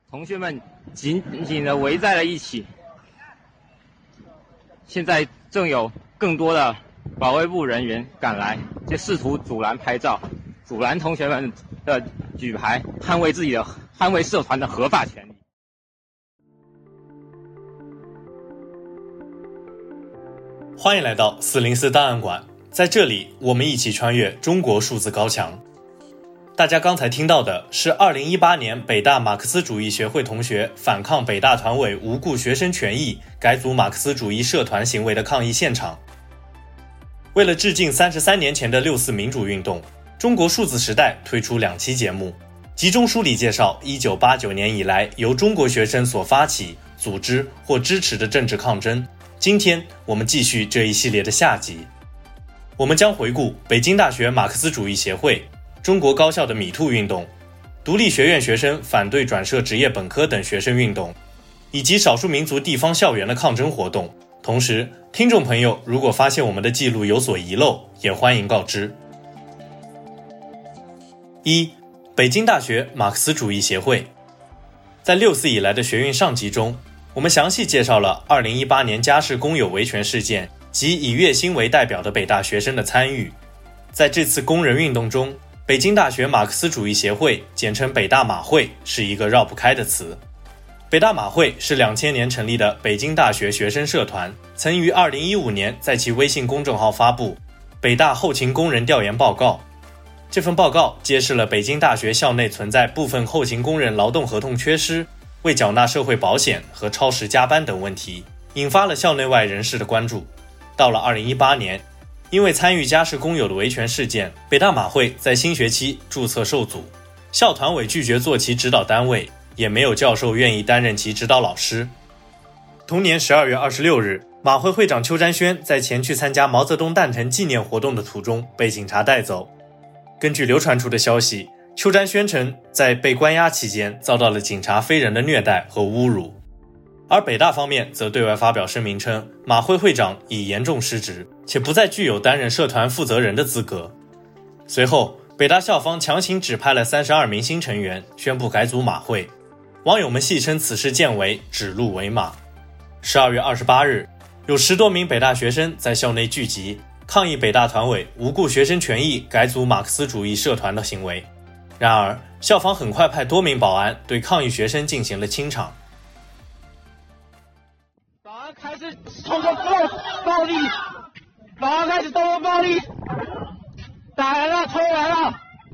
同学们紧紧地围在了一起。现在正有更多的保卫部人员赶来，就试图阻拦拍照，阻拦同学们的举牌，捍卫社团的合法权利。 欢迎来到404档案馆，在这里我们一起穿越中国数字高墙。大家刚才听到的是2018年北大马克思主义学会同学反抗北大团委无故学生权益改组马克思主义社团行为的抗议现场。为了致敬33年前的6·4民主运动，中国数字时代推出2期节目，集中梳理介绍1989年以来由中国学生所发起、组织或支持的政治抗争。今天我们继续这一系列的下集，我们将回顾北京大学马克思主义协会、中国高校的米兔运动、独立学院学生反对转设职业本科等学生运动，以及少数民族地方校园的抗争活动。同时，听众朋友如果发现我们的记录有所遗漏，也欢迎告知。1. 北京大学马克思主义协会。在6·4以来的学运上集中，我们详细介绍了2018年家事工友维权事件及以月薪为代表的北大学生的参与。在这次工人运动中，北京大学马克思主义协会简称北大马会是一个绕不开的词。北大马会是2000年成立的北京大学学生社团，曾于2015年在其微信公众号发布北大后勤工人调研报告。这份报告揭示了北京大学校内存在部分后勤工人劳动合同缺失、未缴纳社会保险和超时加班等问题，引发了校内外人士的关注。到了2018年，因为参与家事工友的维权事件，北大马会在新学期注册受阻，校团委拒绝做其指导单位，也没有教授愿意担任其指导老师。同年12月26日，马会会长邱占轩在前去参加毛泽东诞辰纪念活动的途中被警察带走。根据流传出的消息，邱占轩称在被关押期间遭到了警察非人的虐待和侮辱。而北大方面则对外发表声明称，马会会长已严重失职，且不再具有担任社团负责人的资格。随后，北大校方强行指派了32名新成员，宣布改组马会。网友们戏称此事见为指鹿为马。12月28日，有10多名北大学生在校内聚集，抗议北大团委无故学生权益改组马克思主义社团的行为。然而，校方很快派多名保安对抗议学生进行了清场。 保安开始动作暴力，保安开始动作暴力，打人了，推人了。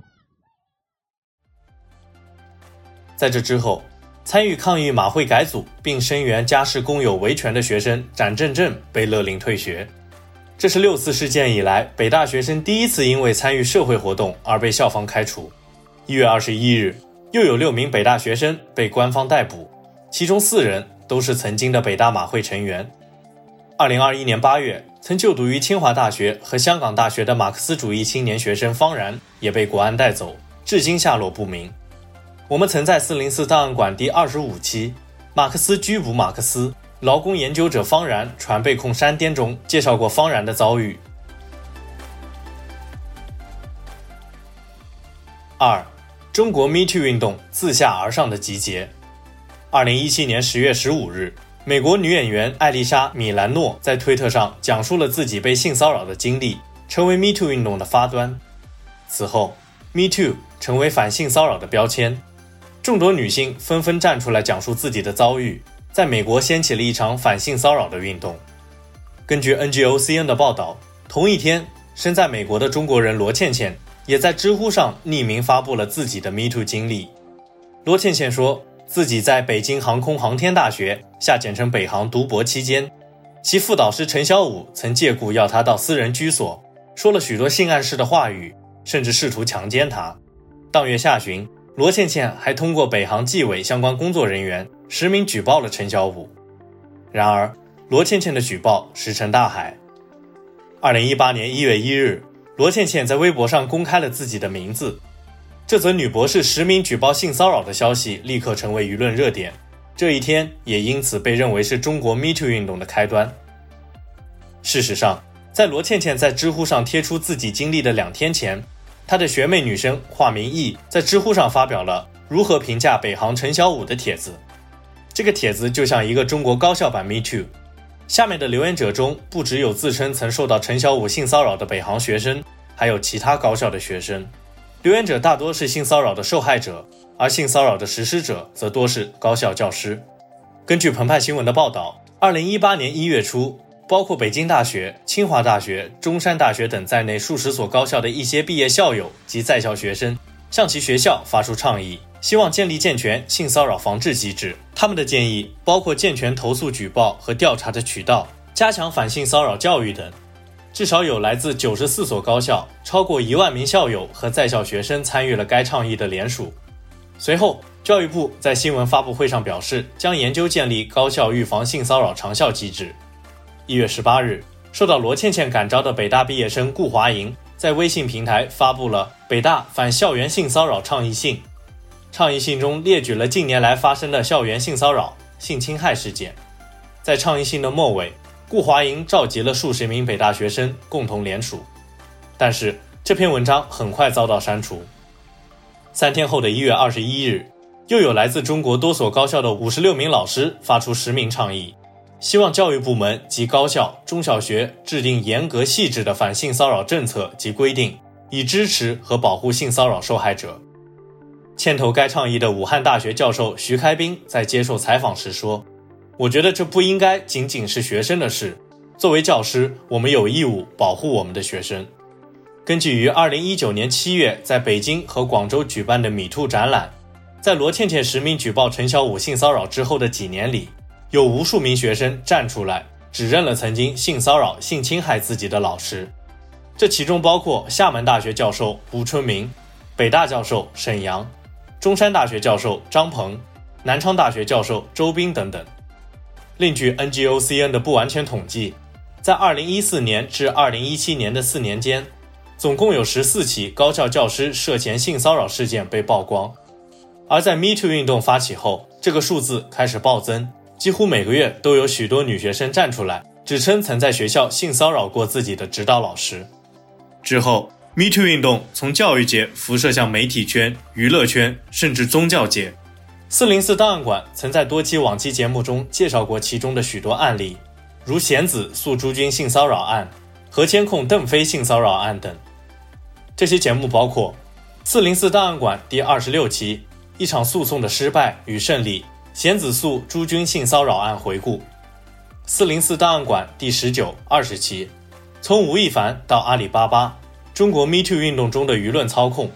在这之后，参与抗议马会改组并声援家事工友维权的学生展正正被勒令退学。这是6·4事件以来北大学生第一次因为参与社会活动而被校方开除。1月21日，又有6名北大学生被官方逮捕，其中4人都是曾经的北大马会成员。2021年8月，曾就读于清华大学和香港大学的马克思主义青年学生方然也被国安带走，至今下落不明。我们曾在404档案馆第25期马克思拘捕马克思，劳工研究者方然传被控煽颠中介绍过方然的遭遇。2. 中国 MeToo 运动自下而上的集结。2017年10月15日，美国女演员艾丽莎·米兰诺在推特上讲述了自己被性骚扰的经历，成为 MeToo 运动的发端。此后 MeToo 成为反性骚扰的标签，众多女性纷纷站出来讲述自己的遭遇，在美国掀起了一场反性骚扰的运动。根据 NGOCN 的报道，同一天，身在美国的中国人罗倩倩也在知乎上匿名发布了自己的 MeToo 经历。罗倩倩说，自己在北京航空航天大学下简称北航读博期间，其副导师陈小武曾借故要她到私人居所，说了许多性暗示的话语，甚至试图强奸她。当月下旬，罗倩倩还通过北航纪委相关工作人员实名举报了陈小武。然而，罗倩倩的举报石沉大海。2018年1月1日，罗倩倩在微博上公开了自己的名字。这则女博士实名举报性骚扰的消息立刻成为舆论热点，这一天也因此被认为是中国 MeToo 运动的开端。事实上，在罗倩倩在知乎上贴出自己经历的2天前，她的学妹女生化名 E 在知乎上发表了如何评价北航陈小武的帖子。这个帖子就像一个中国高校版 Me Too， 下面的留言者中不只有自称曾受到陈小武性骚扰的北航学生，还有其他高校的学生。留言者大多是性骚扰的受害者，而性骚扰的实施者则多是高校教师。根据澎湃新闻的报道，2018年1月初，包括北京大学、清华大学、中山大学等在内数十所高校的一些毕业校友及在校学生向其学校发出倡议，希望建立健全性骚扰防治机制。他们的建议包括健全投诉举报和调查的渠道，加强反性骚扰教育等。至少有来自94所高校、超过1万名校友和在校学生参与了该倡议的联署。随后，教育部在新闻发布会上表示，将研究建立高校预防性骚扰长效机制。1月18日，受到罗倩倩感召的北大毕业生顾华莹在微信平台发布了北大反校园性骚扰倡议信。倡议信中列举了近年来发生的校园性骚扰、性侵害事件。在倡议信的末尾，顾华莹召集了数十名北大学生共同联署。但是这篇文章很快遭到删除。3天后的1月21日，又有来自中国多所高校的56名老师发出实名倡议，希望教育部门及高校、中小学制定严格细致的反性骚扰政策及规定，以支持和保护性骚扰受害者。牵头该倡议的武汉大学教授徐开斌在接受采访时说，我觉得这不应该仅仅是学生的事，作为教师，我们有义务保护我们的学生。根据于2019年7月在北京和广州举办的Me Too展览，在罗倩倩实名举报陈小武性骚扰之后的几年里，有无数名学生站出来指认了曾经性骚扰、性侵害自己的老师。这其中包括厦门大学教授吴春明、北大教授沈阳、中山大学教授张鹏、南昌大学教授周斌等等。另据 NGOCN 的不完全统计，在2014年至2017年的4年间，总共有14起高校教师涉嫌性骚扰事件被曝光。而在 Me Too 运动发起后，这个数字开始暴增，几乎每个月都有许多女学生站出来，指称曾在学校性骚扰过自己的指导老师。之后 Me Too 运动从教育界辐射向媒体圈、娱乐圈，甚至宗教界。404档案馆曾在多期往期节目中介绍过其中的许多案例，如贤子诉朱军性骚扰案、何千控邓飞性骚扰案等。这些节目包括404档案馆第26期一场诉讼的失败与胜利，贤子诉朱军性骚扰案回顾；404档案馆第19、20期从吴亦凡到阿里巴巴，中国 Me Too 运动中的舆论操控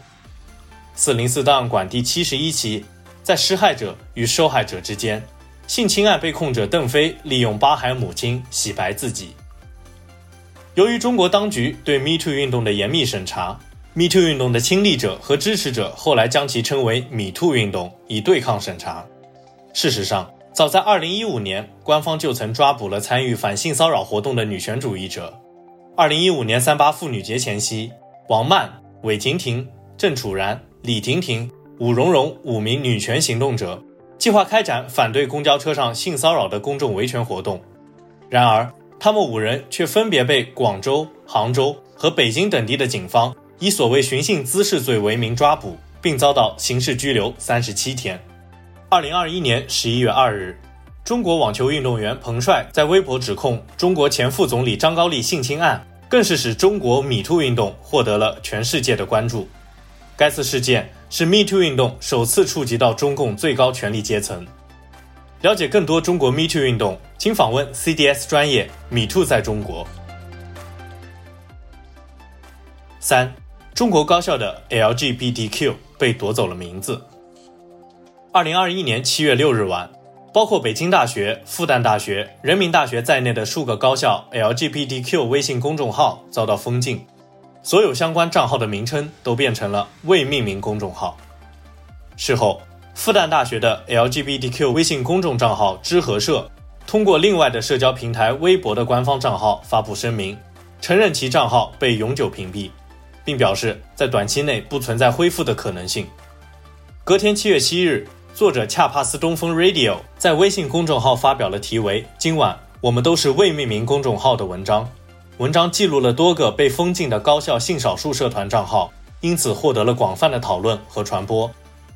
；404档案馆第71期在施害者与受害者之间，性侵案被控者邓飞利用巴海母亲洗白自己。由于中国当局对 Me Too 运动的严密审查， Me Too 运动的亲历者和支持者后来将其称为 Me Too 运动，以对抗审查。事实上，早在2015年，官方就曾抓捕了参与反性骚扰活动的女权主义者。2015年3·8妇女节前夕，王曼、韦婷婷、郑楚然、李婷婷、武荣荣5名女权行动者计划开展反对公交车上性骚扰的公众维权活动。然而，他们5人却分别被广州、杭州和北京等地的警方以所谓寻衅滋事罪为名抓捕，并遭到刑事拘留37天。2021年11月2日，中国网球运动员彭帅在微博指控中国前副总理张高丽性侵案，更是使中国 Me Too 运动获得了全世界的关注。该次事件是 Me Too 运动首次触及到中共最高权力阶层。了解更多中国 Me Too 运动，请访问 CDS 专业 Me Too 在中国。3. 中国高校的 LGBTQ 被夺走了名字。2021年7月6日晚，包括北京大学、复旦大学、人民大学在内的数个高校 LGBTQ 微信公众号遭到封禁，所有相关账号的名称都变成了未命名公众号。事后，复旦大学的 LGBTQ 微信公众账号知和社通过另外的社交平台微博的官方账号发布声明，承认其账号被永久屏蔽，并表示在短期内不存在恢复的可能性。隔天7月7日，作者恰帕斯东风 Radio 在微信公众号发表了题为“今晚我们都是未命名公众号”的文章。文章记录了多个被封禁的高校性少数社团账号，因此获得了广泛的讨论和传播。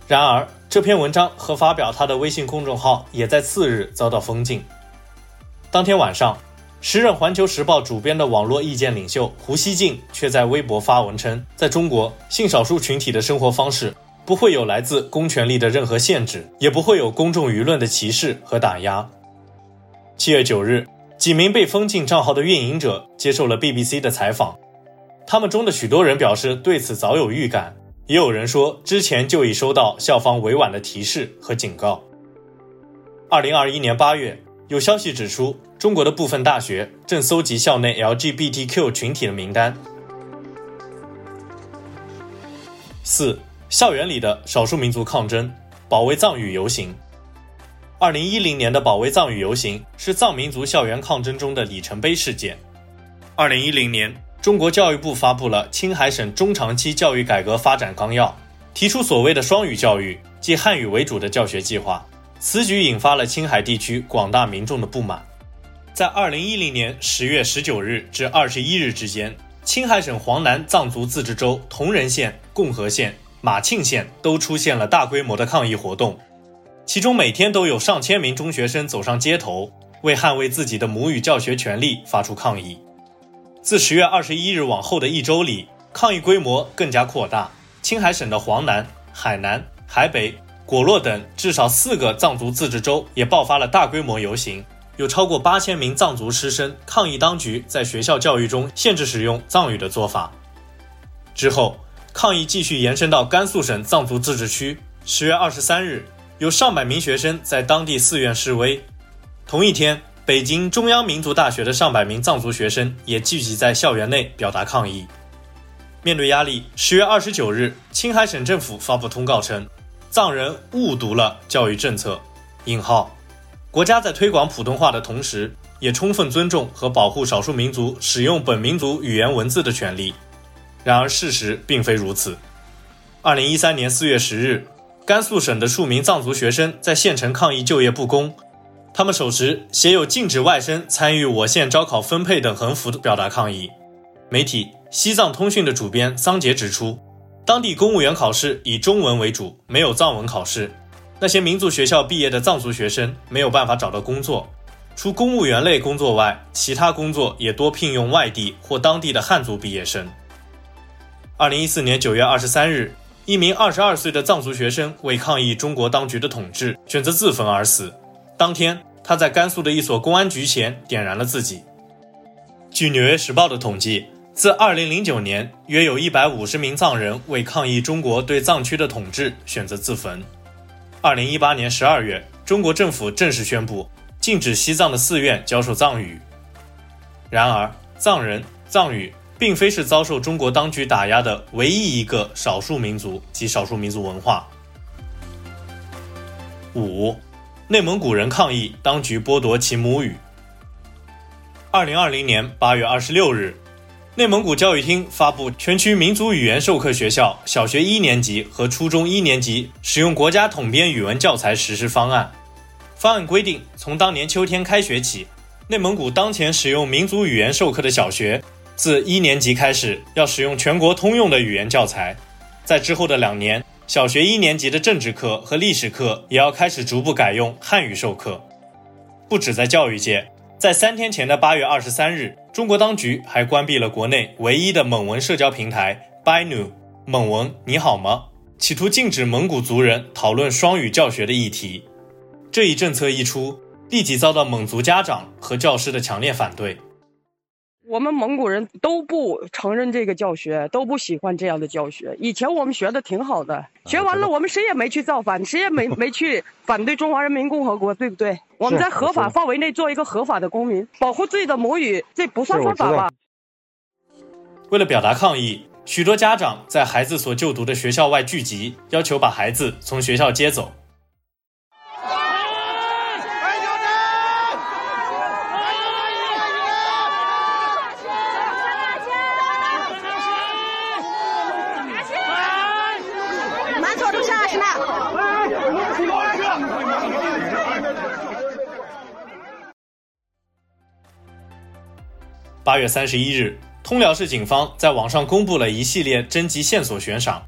然而，这篇文章和发表他的微信公众号也在次日遭到封禁。当天晚上，时任环球时报主编的网络意见领袖胡锡进却在微博发文称，在中国，性少数群体的生活方式不会有来自公权力的任何限制，也不会有公众舆论的歧视和打压。7月9日，几名被封禁账号的运营者接受了 BBC 的采访，他们中的许多人表示对此早有预感，也有人说之前就已收到校方委婉的提示和警告。2021年8月，有消息指出，中国的部分大学正搜集校内 LGBTQ 群体的名单。4. 校园里的少数民族抗争，保卫藏语游行。2010年的保卫藏语游行是藏民族校园抗争中的里程碑事件。2010年，中国教育部发布了青海省中长期教育改革发展纲要，提出所谓的双语教育，即汉语为主的教学计划。此举引发了青海地区广大民众的不满。在2010年10月19日至21日之间，青海省黄南藏族自治州铜仁县、共和县、马庆县都出现了大规模的抗议活动，其中每天都有上千名中学生走上街头，为捍卫自己的母语教学权利发出抗议。自10月21日往后的一周里，抗议规模更加扩大，青海省的黄南、海南、海北、果洛等至少4个藏族自治州也爆发了大规模游行，有超过8000名藏族师生抗议当局在学校教育中限制使用藏语的做法。之后，抗议继续延伸到甘肃省藏族自治区。10月23日，有上百名学生在当地寺院示威。同一天，北京中央民族大学的上百名藏族学生也聚集在校园内表达抗议。面对压力，10月29日，青海省政府发布通告称，藏人误读了教育政策国家在推广普通话的同时，也充分尊重和保护少数民族使用本民族语言文字的权利。然而事实并非如此。2013年4月10日，甘肃省的数名藏族学生在县城抗议就业不公，他们手持写有禁止外生参与我县招考分配等横幅表达抗议。媒体西藏通讯的主编桑杰指出，当地公务员考试以中文为主，没有藏文考试。那些民族学校毕业的藏族学生没有办法找到工作，除公务员类工作外，其他工作也多聘用外地或当地的汉族毕业生。2014年9月23日，一名22岁的藏族学生为抗议中国当局的统治，选择自焚而死。当天，他在甘肃的一所公安局前点燃了自己。据《纽约时报》的统计，自2009年，约有150名藏人为抗议中国对藏区的统治选择自焚。2018年12月，中国政府正式宣布禁止西藏的寺院教授藏语。然而，藏人、藏语并非是遭受中国当局打压的唯一一个少数民族及少数民族文化。5. 内蒙古人抗议当局剥夺其母语。2020年8月26日，内蒙古教育厅发布全区民族语言授课学校小学1年级和初中1年级使用国家统编语文教材实施方案。方案规定，从当年秋天开学起，内蒙古当前使用民族语言授课的小学，自1年级开始要使用全国通用的语言教材。在之后的2年，小学1年级的政治课和历史课也要开始逐步改用汉语授课。不止在教育界，在3天前的8月23日，中国当局还关闭了国内唯一的蒙文社交平台 Bainu 蒙文你好吗，企图禁止蒙古族人讨论双语教学的议题。这一政策一出，立即遭到蒙族家长和教师的强烈反对。 我们蒙古人都不承认这个教学，都不喜欢这样的教学。以前我们学的挺好的，学完了我们谁也没去造反，谁也没去反对中华人民共和国，对不对？我们在合法范围内做一个合法的公民，保护自己的母语，这不算犯法吧？ 为了表达抗议，许多家长在孩子所就读的学校外聚集，要求把孩子从学校接走。8月31日，通辽市警方在网上公布了一系列征集线索悬赏，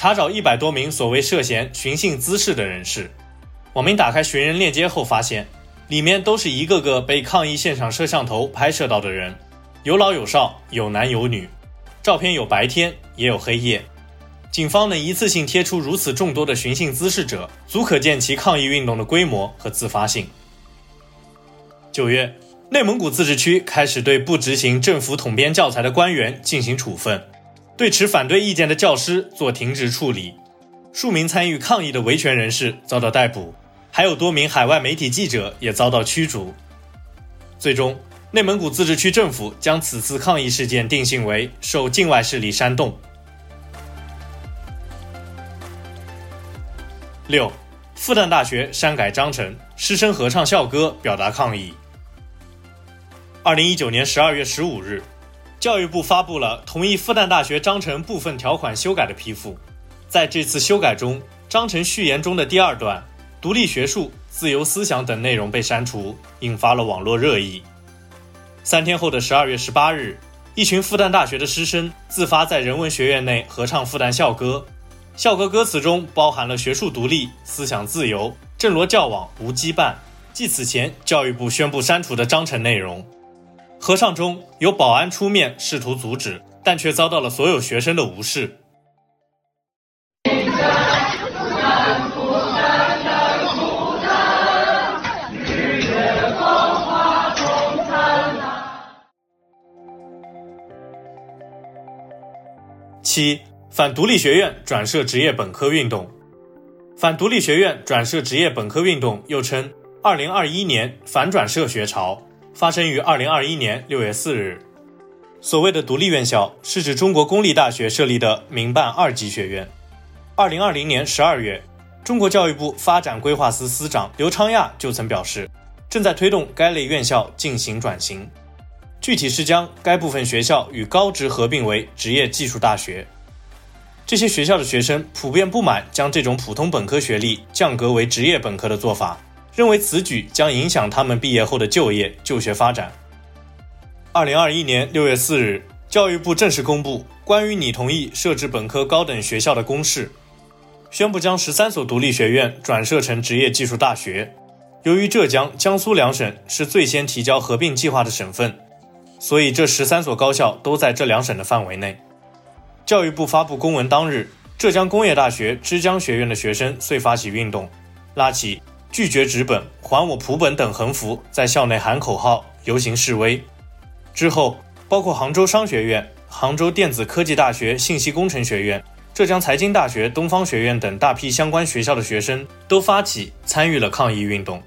查找100多名所谓涉嫌寻衅滋事的人士。网民打开寻人链接后发现，里面都是一个个被抗议现场摄像头拍摄到的人，有老有少，有男有女，照片有白天也有黑夜。警方能一次性贴出如此众多的寻衅滋事者，足可见其抗议运动的规模和自发性。9月，内蒙古自治区开始对不执行政府统编教材的官员进行处分，对持反对意见的教师做停职处理，数名参与抗议的维权人士遭到逮捕，还有多名海外媒体记者也遭到驱逐。最终，内蒙古自治区政府将此次抗议事件定性为受境外势力煽动。6. 复旦大学删改章程，师生合唱校歌表达抗议。2019年12月15日，教育部发布了同意复旦大学章程部分条款修改的批复。在这次修改中，章程序言中的第2段独立学术、自由思想等内容被删除，引发了网络热议。3天后的12月18日，一群复旦大学的师生自发在人文学院内合唱复旦校歌。校歌歌词中包含了学术独立、思想自由、振罗教网无羁绊，即此前教育部宣布删除的章程内容。合唱中有保安出面试图阻止，但却遭到了所有学生的无视。7. 反独立学院转设职业本科运动。反独立学院转设职业本科运动又称2021年反转设学潮，发生于2021年6月4日。所谓的独立院校是指中国公立大学设立的民办2级学院。2020年12月，中国教育部发展规划司司长刘昌亚就曾表示，正在推动该类院校进行转型，具体是将该部分学校与高职合并为职业技术大学。这些学校的学生普遍不满将这种普通本科学历降格为职业本科的做法，认为此举将影响他们毕业后的就业、就学发展。2021年6月4日，教育部正式公布关于拟同意设置本科高等学校的公示，宣布将13所独立学院转设成职业技术大学。由于浙江、江苏两省是最先提交合并计划的省份，所以这13所高校都在这两省的范围内。教育部发布公文当日，浙江工业大学之江学院的学生遂发起运动，拉起拒绝纸本、还我普本等横幅，在校内喊口号、游行示威。之后，包括杭州商学院、杭州电子科技大学信息工程学院、浙江财经大学东方学院等大批相关学校的学生都发起参与了抗议运动。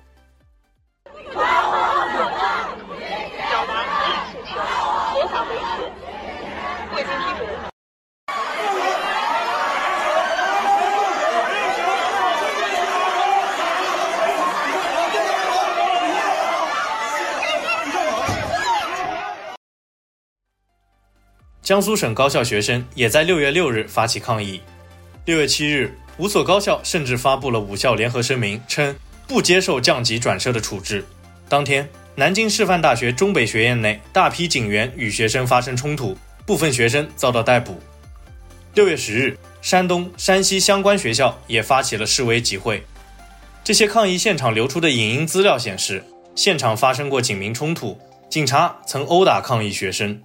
江苏省高校学生也在6月6日发起抗议。6月7日，5所高校甚至发布了5校联合声明，称不接受降级转设的处置。当天，南京师范大学中北学院内大批警员与学生发生冲突，部分学生遭到逮捕。6月10日，山东、山西相关学校也发起了示威集会。这些抗议现场流出的影音资料显示，现场发生过警民冲突，警察曾殴打抗议学生。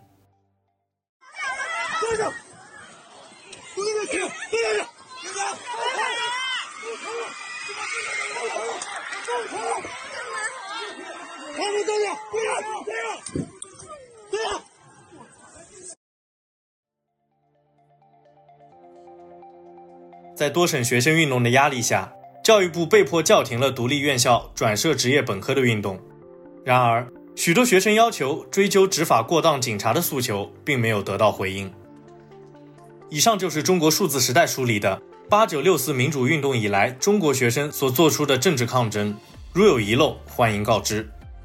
在多省学生运动的压力下，教育部被迫叫停了独立院校转设职业本科的运动。然而，许多学生要求追究执法过当警察的诉求并没有得到回应。以上就是中国数字时代梳理的8964民主运动以来中国学生所做出的政治抗争，如有遗漏，欢迎告知。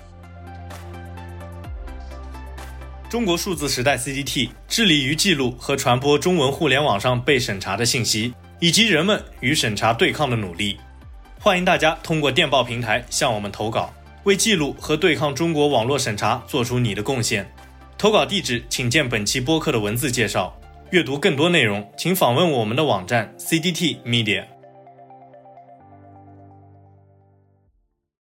中国数字时代 CDT 致力于记录和传播中文互联网上被审查的信息，以及人们与审查对抗的努力。欢迎大家通过电报平台向我们投稿，为记录和对抗中国网络审查做出你的贡献。投稿地址请见本期播客的文字介绍。 阅读更多内容，请访问我们的网站 CDT Media。